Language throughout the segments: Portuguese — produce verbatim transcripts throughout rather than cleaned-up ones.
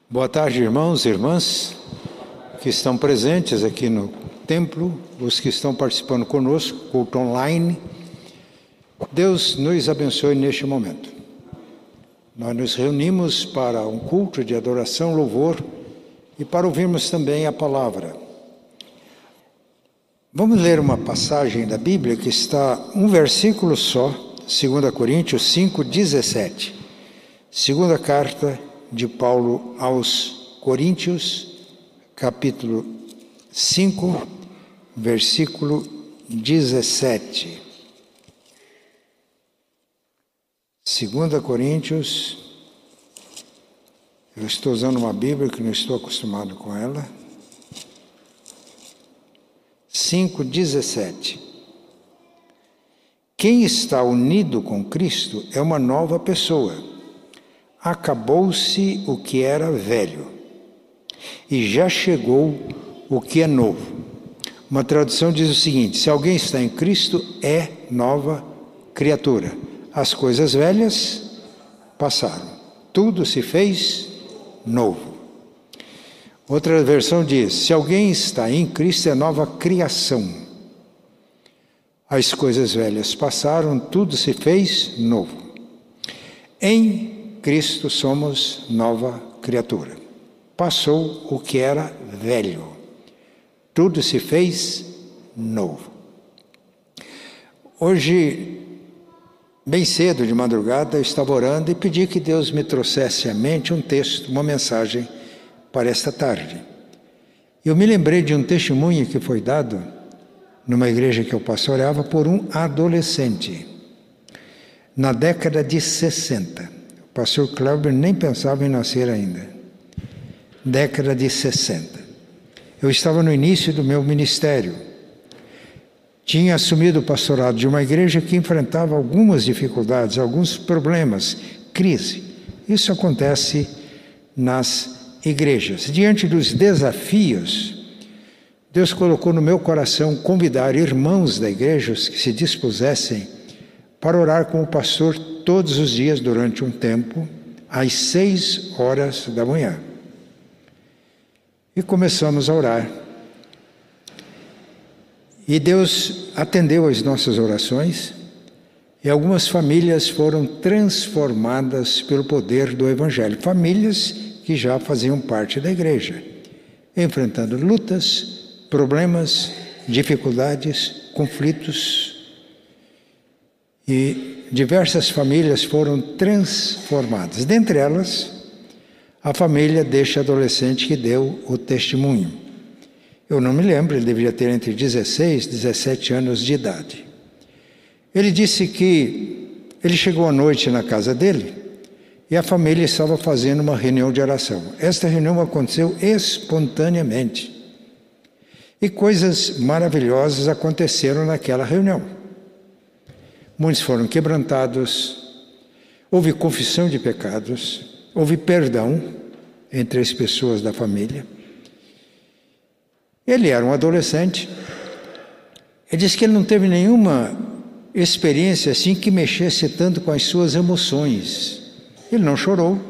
Boa tarde, irmãos e irmãs que estão presentes aqui no templo, os que estão participando conosco, culto online. Deus nos abençoe neste momento. Nós nos reunimos para um culto de adoração, louvor e para ouvirmos também a palavra. Vamos ler uma passagem da Bíblia que está um versículo só, dois Coríntios cinco, dezessete. Segunda carta de Paulo aos Coríntios, capítulo cinco, versículo dezessete. Segunda Coríntios, eu estou usando uma Bíblia que não estou acostumado com ela. cinco, dezessete. Quem está unido com Cristo é uma nova pessoa. Acabou-se o que era velho e já chegou o que é novo. Uma tradução diz o seguinte: se alguém está em Cristo, é nova criatura. As coisas velhas passaram, tudo se fez novo. Outra versão diz: se alguém está em Cristo, é nova criação. As coisas velhas passaram, tudo se fez novo. Em Cristo somos nova criatura. Passou o que era velho, tudo se fez novo. Hoje, bem cedo de madrugada, eu estava orando e pedi que Deus me trouxesse à mente um texto, uma mensagem para esta tarde. Eu me lembrei de um testemunho que foi dado numa igreja que eu pastoreava por um adolescente, na década de sessenta. O pastor Cláudio nem pensava em nascer ainda. Década de sessenta. Eu estava no início do meu ministério. Tinha assumido o pastorado de uma igreja que enfrentava algumas dificuldades, alguns problemas, crise. Isso acontece nas igrejas. Diante dos desafios, Deus colocou no meu coração convidar irmãos da igreja que se dispusessem para orar com o pastor todos os dias durante um tempo, às seis horas da manhã. E começamos a orar. E Deus atendeu as nossas orações e algumas famílias foram transformadas pelo poder do Evangelho. Famílias que já faziam parte da igreja, enfrentando lutas, problemas, dificuldades, conflitos. E diversas famílias foram transformadas. Dentre elas, a família deste adolescente que deu o testemunho. Eu não me lembro, ele deveria ter entre dezesseis e dezessete anos de idade. Ele disse que ele chegou à noite na casa dele e a família estava fazendo uma reunião de oração. Esta reunião aconteceu espontaneamente. E coisas maravilhosas aconteceram naquela reunião. Muitos foram quebrantados, houve confissão de pecados, houve perdão entre as pessoas da família. Ele era um adolescente. Ele disse que ele não teve nenhuma experiência assim que mexesse tanto com as suas emoções. Ele não chorou.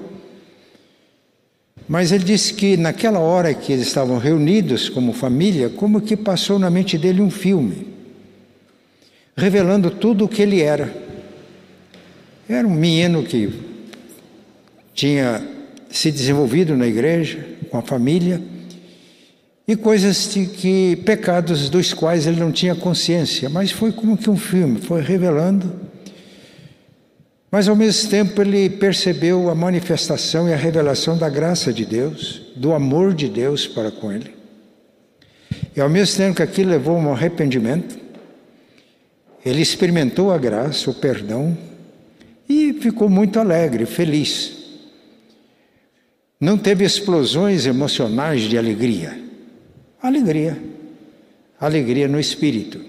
Mas ele disse que naquela hora que eles estavam reunidos como família, como que passou na mente dele um filme, revelando tudo o que ele era. Era um menino que tinha se desenvolvido na igreja, com a família, e coisas de que, pecados dos quais ele não tinha consciência, mas foi como que um filme, foi revelando. Mas ao mesmo tempo ele percebeu a manifestação e a revelação da graça de Deus, do amor de Deus para com ele. E ao mesmo tempo que aquilo levou a um arrependimento, ele experimentou a graça, o perdão, e ficou muito alegre, feliz. Não teve explosões emocionais de alegria. Alegria. Alegria no espírito.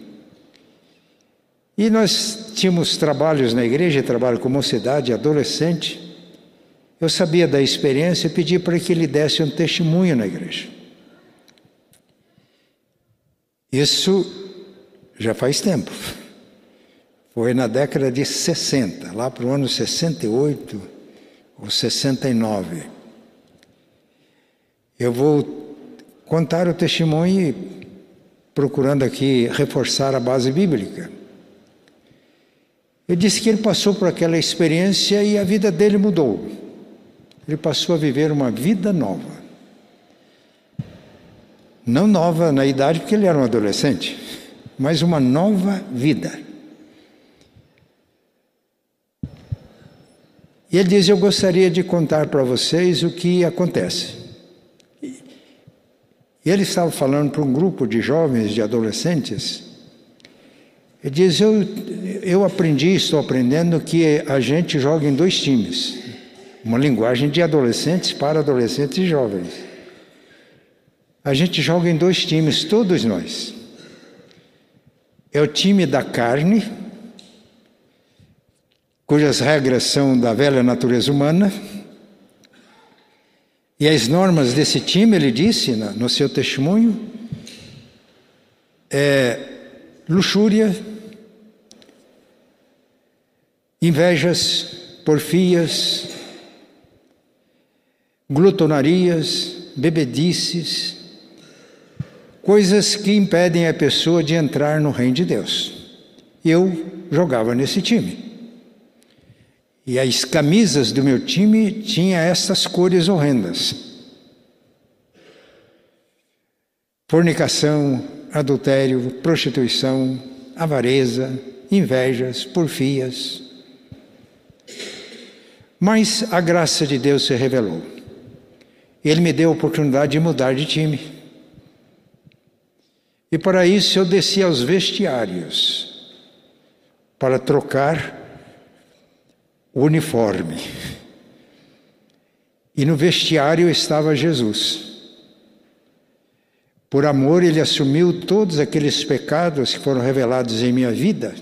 E nós tínhamos trabalhos na igreja, trabalho com mocidade, adolescente. Eu sabia da experiência e pedi para que ele desse um testemunho na igreja. Isso já faz tempo. Foi na década de sessenta, lá para o ano sessenta e oito ou sessenta e nove. Eu vou contar o testemunho procurando aqui reforçar a base bíblica. Ele disse que ele passou por aquela experiência e a vida dele mudou. Ele passou a viver uma vida nova. Não nova na idade, porque ele era um adolescente, mas uma nova vida. E ele diz: eu gostaria de contar para vocês o que acontece. E ele estava falando para um grupo de jovens, de adolescentes. Ele diz: eu, eu aprendi, estou aprendendo que a gente joga em dois times. Uma linguagem de adolescentes para adolescentes e jovens. A gente joga em dois times, todos nós. É o time da carne, cujas regras são da velha natureza humana. E as normas desse time, ele disse no seu testemunho, é luxúria, invejas, porfias, glutonarias, bebedices, coisas que impedem a pessoa de entrar no reino de Deus. Eu jogava nesse time. E as camisas do meu time tinham essas cores horrendas: fornicação, adultério, prostituição, avareza, invejas, porfias. Mas a graça de Deus se revelou. Ele me deu a oportunidade de mudar de time. E para isso eu desci aos vestiários para trocar o uniforme. E no vestiário estava Jesus. Por amor, ele assumiu todos aqueles pecados que foram revelados em minha vida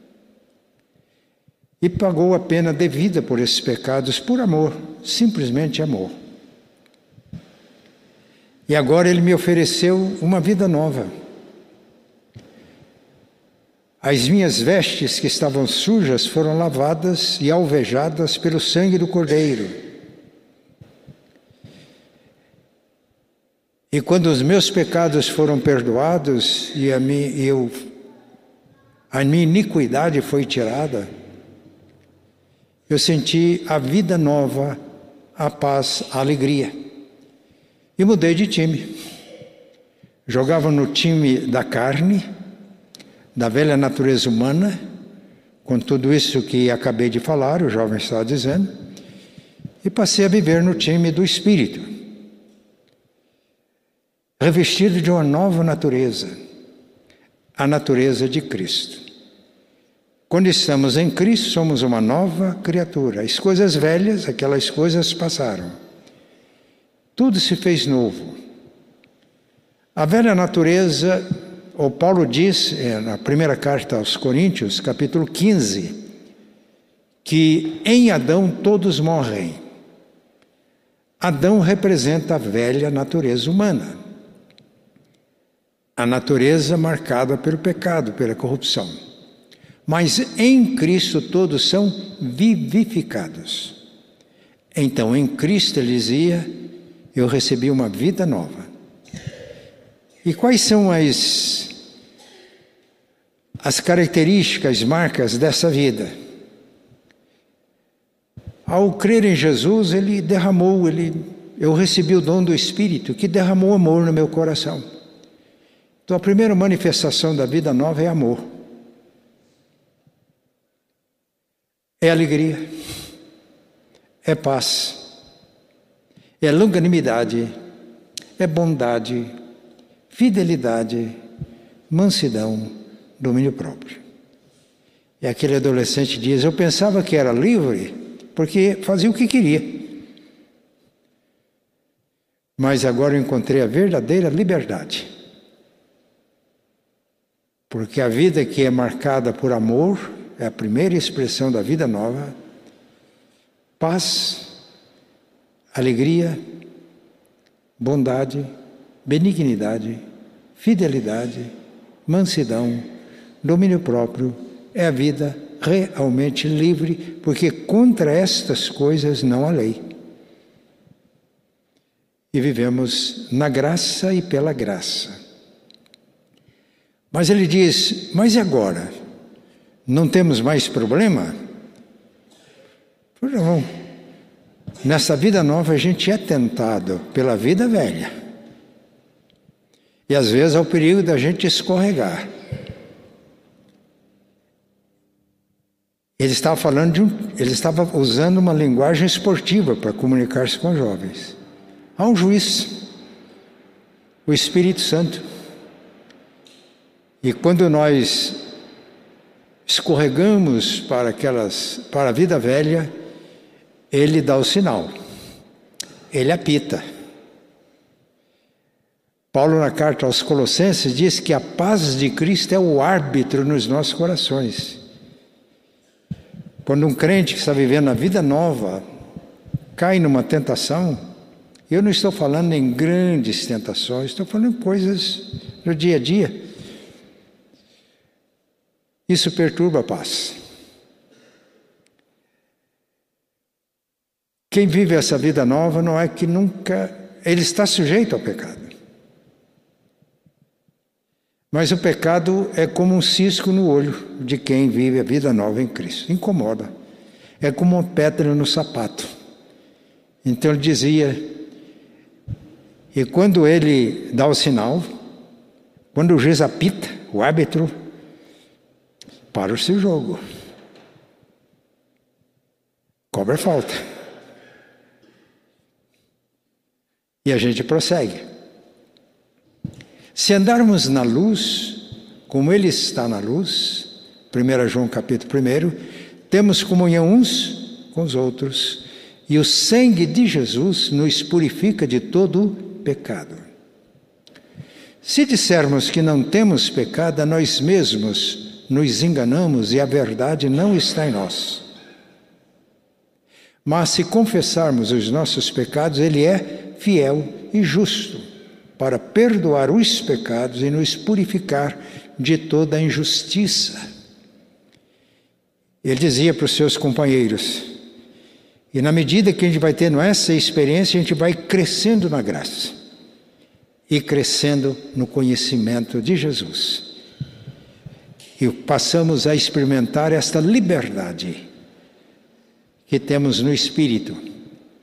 e pagou a pena devida por esses pecados por amor, simplesmente amor. E agora ele me ofereceu uma vida nova. As minhas vestes que estavam sujas foram lavadas e alvejadas pelo sangue do Cordeiro. E quando os meus pecados foram perdoados e a minha, eu, a minha iniquidade foi tirada, eu senti a vida nova, a paz, a alegria. E mudei de time. Jogava no time da carne, da velha natureza humana, com tudo isso que acabei de falar, o jovem estava dizendo, e passei a viver no time do Espírito, revestido de uma nova natureza, a natureza de Cristo. Quando estamos em Cristo, somos uma nova criatura. As coisas velhas, aquelas coisas passaram. Tudo se fez novo. A velha natureza, o Paulo diz, na primeira carta aos Coríntios, capítulo quinze, que em Adão todos morrem. Adão representa a velha natureza humana. A natureza marcada pelo pecado, pela corrupção. Mas em Cristo todos são vivificados. Então em Cristo, ele dizia, eu recebi uma vida nova. E quais são as, as características, marcas dessa vida? Ao crer em Jesus, ele derramou, ele, eu recebi o dom do Espírito, que derramou amor no meu coração. Então a primeira manifestação da vida nova é amor. É alegria. É paz. É longanimidade. É bondade. Fidelidade, mansidão, domínio próprio. E aquele adolescente diz, eu pensava que era livre, porque fazia o que queria. Mas agora eu encontrei a verdadeira liberdade. Porque a vida que é marcada por amor, é a primeira expressão da vida nova, paz, alegria, bondade, benignidade, fidelidade, mansidão, domínio próprio, é a vida realmente livre, porque contra estas coisas não há lei. e vivemos na graça e pela graça. Mas ele diz, mas e agora? Não temos mais problema? Não. Nessa vida nova a gente é tentado pela vida velha. E às vezes há o perigo da gente escorregar. Ele estava falando de um, ele estava usando uma linguagem esportiva para comunicar-se com os jovens. Há um juiz, o Espírito Santo. E quando nós escorregamos para aquelas, para a vida velha, ele dá o sinal. Ele apita. Paulo, na carta aos Colossenses, diz que a paz de Cristo é o árbitro nos nossos corações. Quando um crente que está vivendo a vida nova cai numa tentação, eu não estou falando em grandes tentações, estou falando em coisas no dia a dia. Isso perturba a paz. Quem vive essa vida nova não é que nunca... Ele está sujeito ao pecado. Mas o pecado é como um cisco no olho de quem vive a vida nova em Cristo. Incomoda. É como uma pedra no sapato. Então ele dizia, e quando ele dá o sinal, quando o juiz apita, o árbitro, para o seu jogo. Cobra falta. E a gente prossegue. Se andarmos na luz, como Ele está na luz, primeiro João capítulo primeiro, temos comunhão uns com os outros, e o sangue de Jesus nos purifica de todo pecado. Se dissermos que não temos pecado, a nós mesmos nos enganamos e a verdade não está em nós. Mas se confessarmos os nossos pecados, Ele é fiel e justo para perdoar os pecados e nos purificar de toda a injustiça. Ele dizia para os seus companheiros, e na medida que a gente vai tendo essa experiência, a gente vai crescendo na graça e crescendo no conhecimento de Jesus. E passamos a experimentar esta liberdade que temos no Espírito.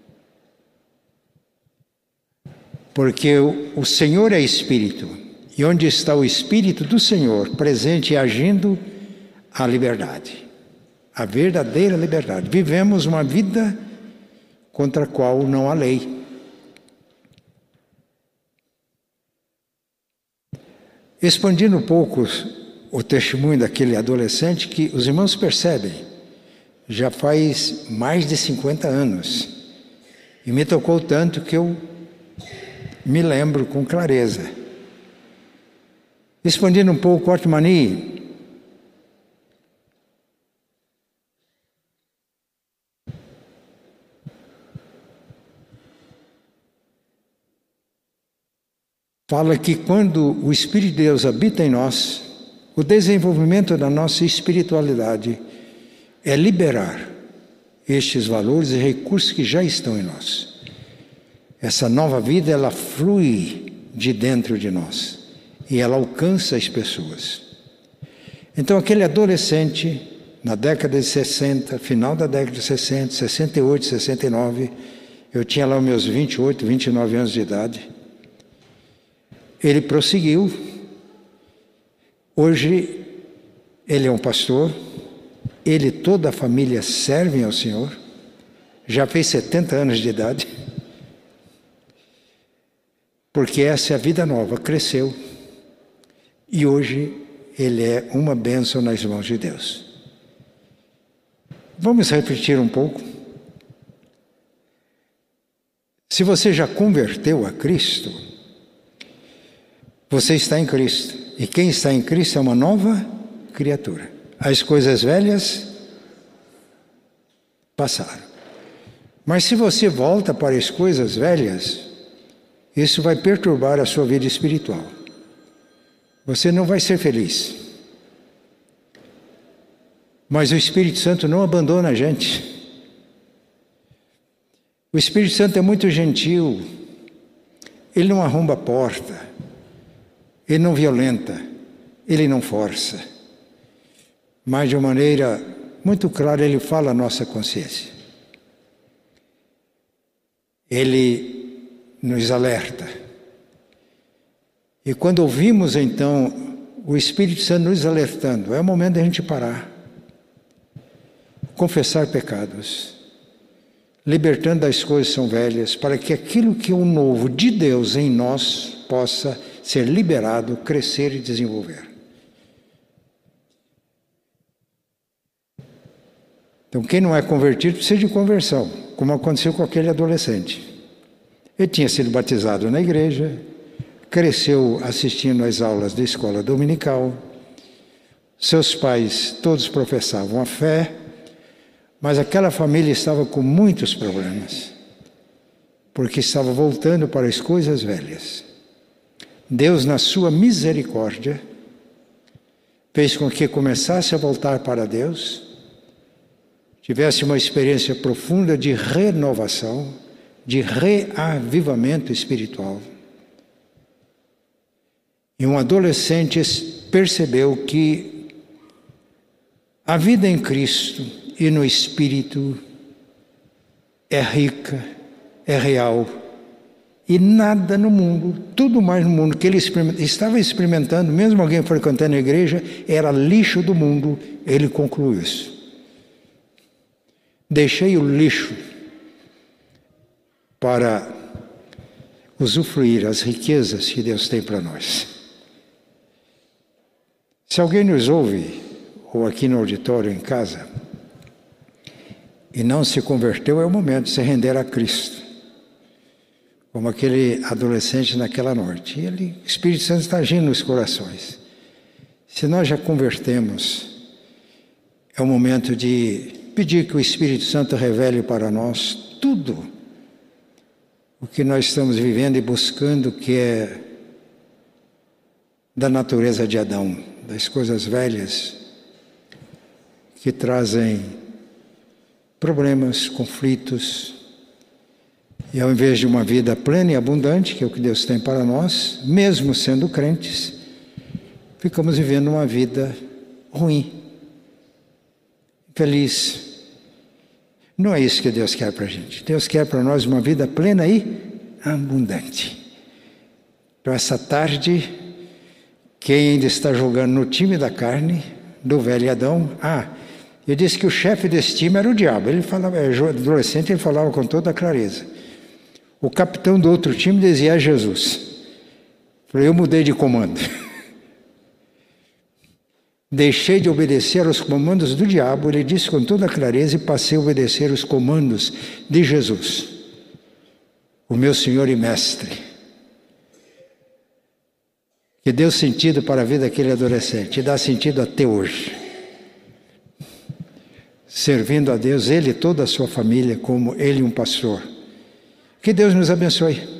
Porque o Senhor é Espírito, e onde está o Espírito do Senhor, presente e agindo, a liberdade, a verdadeira liberdade. Vivemos uma vida contra a qual não há lei. Expandindo um pouco o testemunho daquele adolescente, que os irmãos percebem, já faz mais de cinquenta anos, e me tocou tanto que eu me lembro com clareza. Expandindo um pouco o Otmani, fala que quando o Espírito de Deus habita em nós, o desenvolvimento da nossa espiritualidade é liberar estes valores e recursos que já estão em nós. Essa nova vida, ela flui de dentro de nós e ela alcança as pessoas. Então, aquele adolescente, na década de sessenta, final da década de sessenta, sessenta e oito, sessenta e nove, eu tinha lá os meus vinte e oito, vinte e nove anos de idade, ele prosseguiu. Hoje, ele é um pastor, ele e toda a família servem ao Senhor, já fez setenta anos de idade, porque essa é a vida nova, cresceu, e hoje ele é uma bênção nas mãos de Deus. Vamos refletir um pouco. Se você já converteu a Cristo, você está em Cristo, e quem está em Cristo é uma nova criatura. As coisas velhas passaram. Mas se você volta para as coisas velhas, isso vai perturbar a sua vida espiritual. Você não vai ser feliz. Mas o Espírito Santo não abandona a gente. O Espírito Santo é muito gentil. Ele não arromba a porta, ele não violenta, ele não força. Mas de uma maneira muito clara ele fala a nossa consciência. Ele nos alerta. E quando ouvimos então o Espírito Santo nos alertando, é o momento de a gente parar, confessar pecados, libertando das coisas que são velhas, para que aquilo que é o novo de Deus em nós possa ser liberado, crescer e desenvolver. Então, quem não é convertido precisa de conversão, como aconteceu com aquele adolescente. Ele tinha sido batizado na igreja, cresceu assistindo às aulas da escola dominical, seus pais todos professavam a fé, mas aquela família estava com muitos problemas, porque estava voltando para as coisas velhas. Deus, na sua misericórdia, fez com que começasse a voltar para Deus, tivesse uma experiência profunda de renovação, de reavivamento espiritual. E um adolescente percebeu que a vida em Cristo e no Espírito é rica, é real. E nada no mundo, tudo mais no mundo que ele estava experimentando, mesmo alguém frequentando a igreja, era lixo do mundo. Ele concluiu isso. Deixei o lixo para usufruir as riquezas que Deus tem para nós. Se alguém nos ouve, ou aqui no auditório, em casa, e não se converteu, é o momento de se render a Cristo. Como aquele adolescente naquela noite. E ele, o Espírito Santo está agindo nos corações. Se nós já convertemos, é o momento de pedir que o Espírito Santo revele para nós tudo o que nós estamos vivendo e buscando, que é da natureza de Adão, das coisas velhas que trazem problemas, conflitos. E ao invés de uma vida plena e abundante, que é o que Deus tem para nós, mesmo sendo crentes, ficamos vivendo uma vida ruim, feliz. Não é isso que Deus quer para a gente. Deus quer para nós uma vida plena e abundante. Então, essa tarde, quem ainda está jogando no time da carne, do velho Adão, ah, eu disse que o chefe desse time era o diabo. Ele falava, adolescente, ele falava com toda a clareza. O capitão do outro time dizia Jesus. Falei, eu mudei de comando. Deixei de obedecer aos comandos do diabo, ele disse com toda a clareza, e passei a obedecer os comandos de Jesus, o meu Senhor e Mestre, que deu sentido para a vida daquele adolescente, e dá sentido até hoje. Servindo a Deus, ele e toda a sua família, como ele um pastor. Que Deus nos abençoe.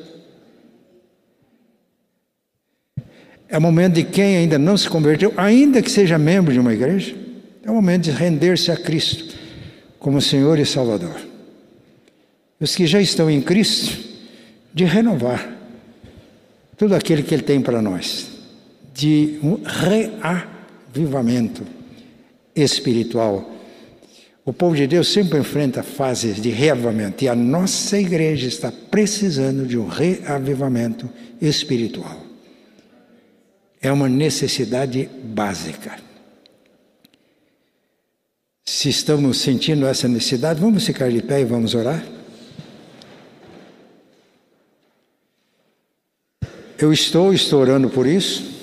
É o momento de quem ainda não se converteu, ainda que seja membro de uma igreja, é o momento de render-se a Cristo como Senhor e Salvador. Os que já estão em Cristo, de renovar tudo aquilo que Ele tem para nós, de um reavivamento espiritual. O povo de Deus sempre enfrenta fases de reavivamento, e a nossa igreja está precisando de um reavivamento espiritual. É uma necessidade básica. Se estamos sentindo essa necessidade, vamos ficar de pé e vamos orar? Eu estou, estou orando por isso.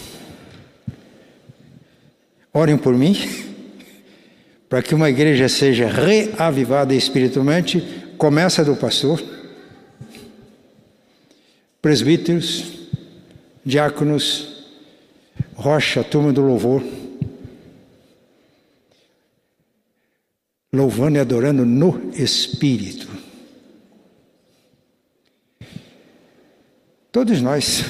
Orem por mim, para que uma igreja seja reavivada espiritualmente. Começa do pastor, presbíteros, diáconos, Rocha, turma do louvor, louvando e adorando no Espírito. Todos nós.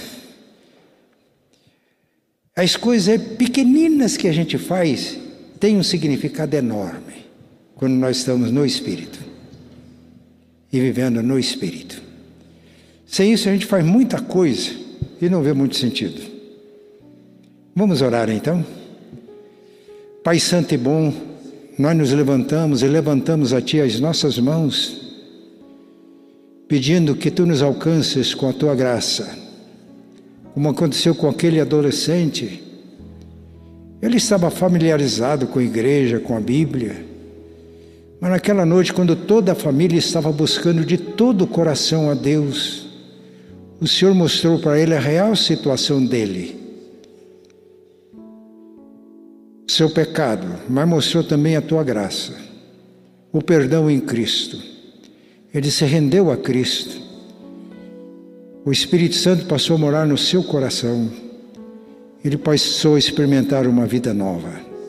As coisas pequeninas que a gente faz têm um significado enorme quando nós estamos no Espírito e vivendo no Espírito. Sem isso a gente faz muita coisa e não vê muito sentido. Vamos orar então? Pai Santo e bom, nós nos levantamos e levantamos a Ti as nossas mãos, pedindo que Tu nos alcances com a Tua graça, como aconteceu com aquele adolescente. Ele estava familiarizado com a igreja, com a Bíblia, mas naquela noite, quando toda a família estava buscando de todo o coração a Deus, o Senhor mostrou para ele a real situação dele, seu pecado, mas mostrou também a Tua graça, o perdão em Cristo. Ele se rendeu a Cristo. O Espírito Santo passou a morar no seu coração. Ele passou a experimentar uma vida nova.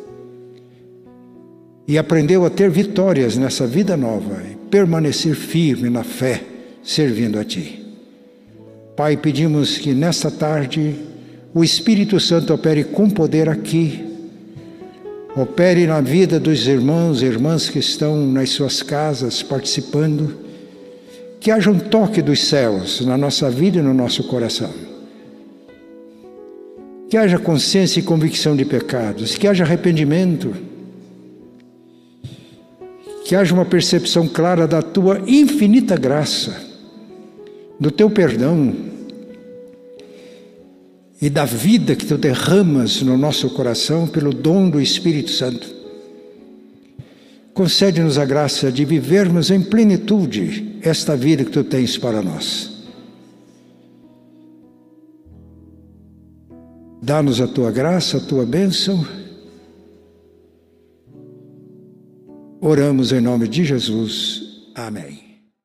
E aprendeu a ter vitórias nessa vida nova e permanecer firme na fé, servindo a Ti. Pai, pedimos que nesta tarde o Espírito Santo opere com poder aqui, opere na vida dos irmãos e irmãs que estão nas suas casas participando, que haja um toque dos céus na nossa vida e no nosso coração. Que haja consciência e convicção de pecados, que haja arrependimento, que haja uma percepção clara da Tua infinita graça, do Teu perdão e da vida que Tu derramas no nosso coração pelo dom do Espírito Santo. Concede-nos a graça de vivermos em plenitude esta vida que Tu tens para nós. Dá-nos a Tua graça, a Tua bênção. Oramos em nome de Jesus. Amém.